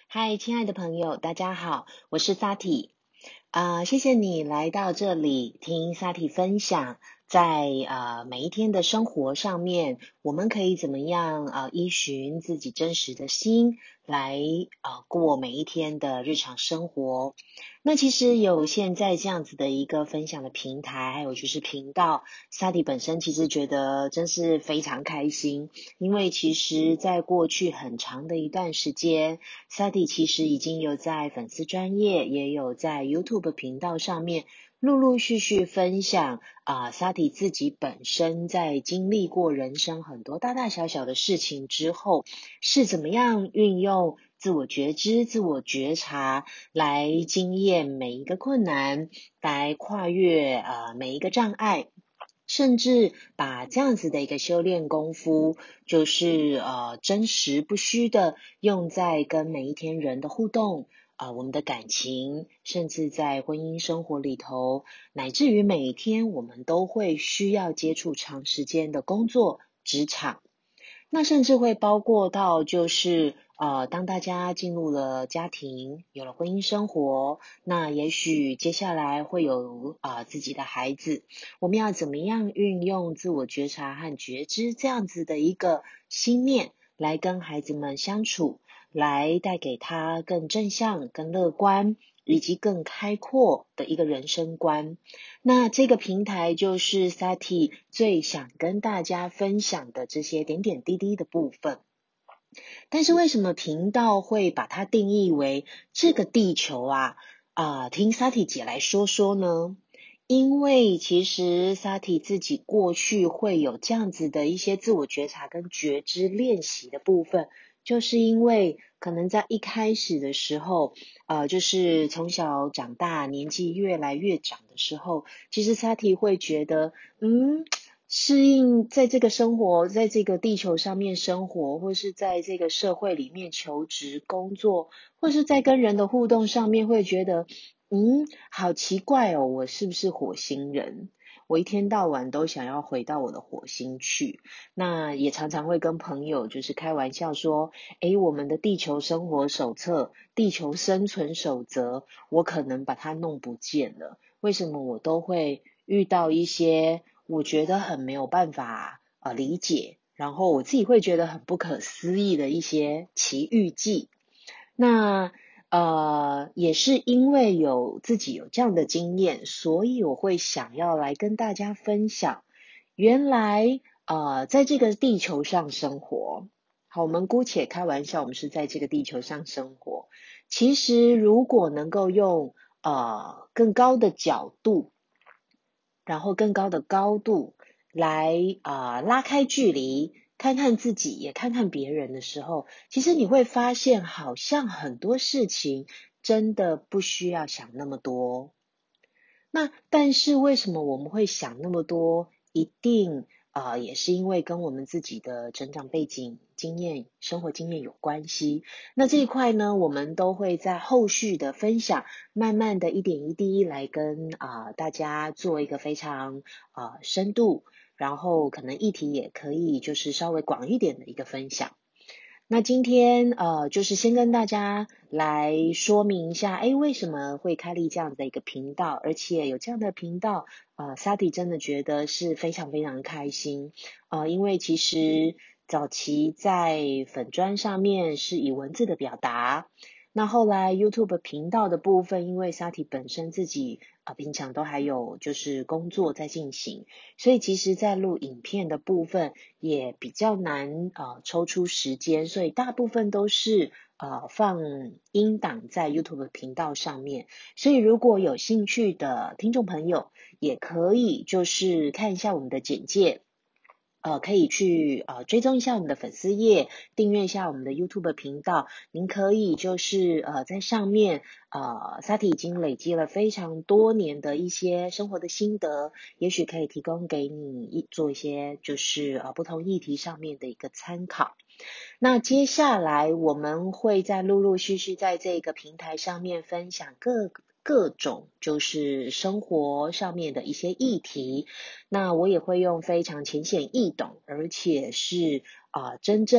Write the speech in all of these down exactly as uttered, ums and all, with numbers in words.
嗨，亲爱的朋友，大家好，我是萨提。啊、谢谢你来到这里听萨提分享，在呃每一天的生活上面，我们可以怎么样呃依循自己真实的心来呃过每一天的日常生活。那其实有现在这样子的一个分享的平台，还有就是频道，萨提本身其实觉得真是非常开心，因为其实在过去很长的一段时间，萨蒂其实已经有在粉丝专页，也有在 YouTube 频道上面陆陆续续分享啊，萨蒂自己本身在经历过人生很多大大小小的事情之后，是怎么样运用自我觉知、自我觉察来经验每一个困难，来跨越呃每一个障碍。甚至把这样子的一个修炼功夫，就是呃真实不虚的用在跟每一天人的互动，啊、呃我们的感情，甚至在婚姻生活里头，乃至于每一天我们都会需要接触长时间的工作职场。那甚至会包括到就是呃，当大家进入了家庭，有了婚姻生活，那也许接下来会有啊、呃、自己的孩子，我们要怎么样运用自我觉察和觉知这样子的一个心念来跟孩子们相处，来带给他更正向、更乐观，以及更开阔的一个人生观。那这个平台就是 Sati 最想跟大家分享的这些点点滴滴的部分。但是为什么频道会把它定义为这个地球啊？啊、呃听 Sati 姐来说说呢？因为其实 Sati 自己过去会有这样子的一些自我觉察跟觉知练习的部分，就是因为可能在一开始的时候，呃，就是从小长大，年纪越来越长的时候，其实 Sati 会觉得，嗯。适应在这个生活，在这个地球上面生活，或是在这个社会里面求职、工作，或是在跟人的互动上面，会觉得，嗯，好奇怪哦，我是不是火星人？我一天到晚都想要回到我的火星去。那也常常会跟朋友就是开玩笑说，诶，我们的地球生活手册、地球生存守则，我可能把它弄不见了。为什么我都会遇到一些我觉得很没有办法呃理解，然后我自己会觉得很不可思议的一些奇遇记。那呃也是因为有自己有这样的经验，所以我会想要来跟大家分享，原来呃在这个地球上生活，好，我们姑且开玩笑，我们是在这个地球上生活。其实如果能够用呃更高的角度，然后更高的高度来啊、呃拉开距离，看看自己，也看看别人的时候，其实你会发现，好像很多事情真的不需要想那么多。那但是为什么我们会想那么多？一定啊、呃也是因为跟我们自己的成长背景、经验、生活经验有关系。那这一块呢，我们都会在后续的分享，慢慢的一点一滴来跟啊、呃大家做一个非常啊、呃深度，然后可能议题也可以就是稍微广一点的一个分享。那今天呃，就是先跟大家来说明一下，诶，为什么会开立这样的一个频道，而且有这样的频道，呃，Sati 真的觉得是非常非常开心，呃，因为其实早期在粉专上面是以文字的表达，那后来 YouTube 频道的部分，因为 Sati 本身自己啊、呃、平常都还有就是工作在进行，所以其实在录影片的部分也比较难呃抽出时间，所以大部分都是呃放音档在 YouTube 频道上面。所以如果有兴趣的听众朋友，也可以就是看一下我们的简介。呃，可以去呃追踪一下我们的粉丝页，订阅一下我们的 YouTube 频道。您可以就是呃在上面呃 Sati 已经累积了非常多年的一些生活的心得，也许可以提供给你一做一些就是呃不同议题上面的一个参考。那接下来我们会在陆陆续续在这个平台上面分享各各种就是生活上面的一些议题，那我也会用非常浅显易懂，而且是啊、呃真正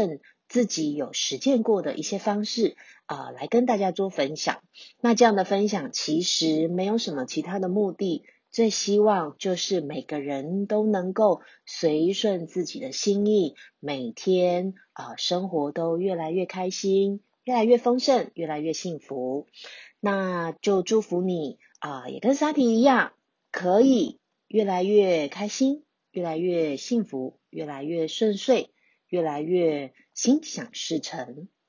自己有实践过的一些方式啊、呃，来跟大家做分享。那这样的分享其实没有什么其他的目的，最希望就是每个人都能够随顺自己的心意，每天啊、呃、生活都越来越开心，越来越丰盛，越来越幸福。那就祝福你啊、呃，也跟萨提一样，可以越来越开心，越来越幸福，越来越顺遂，越来越心想事成。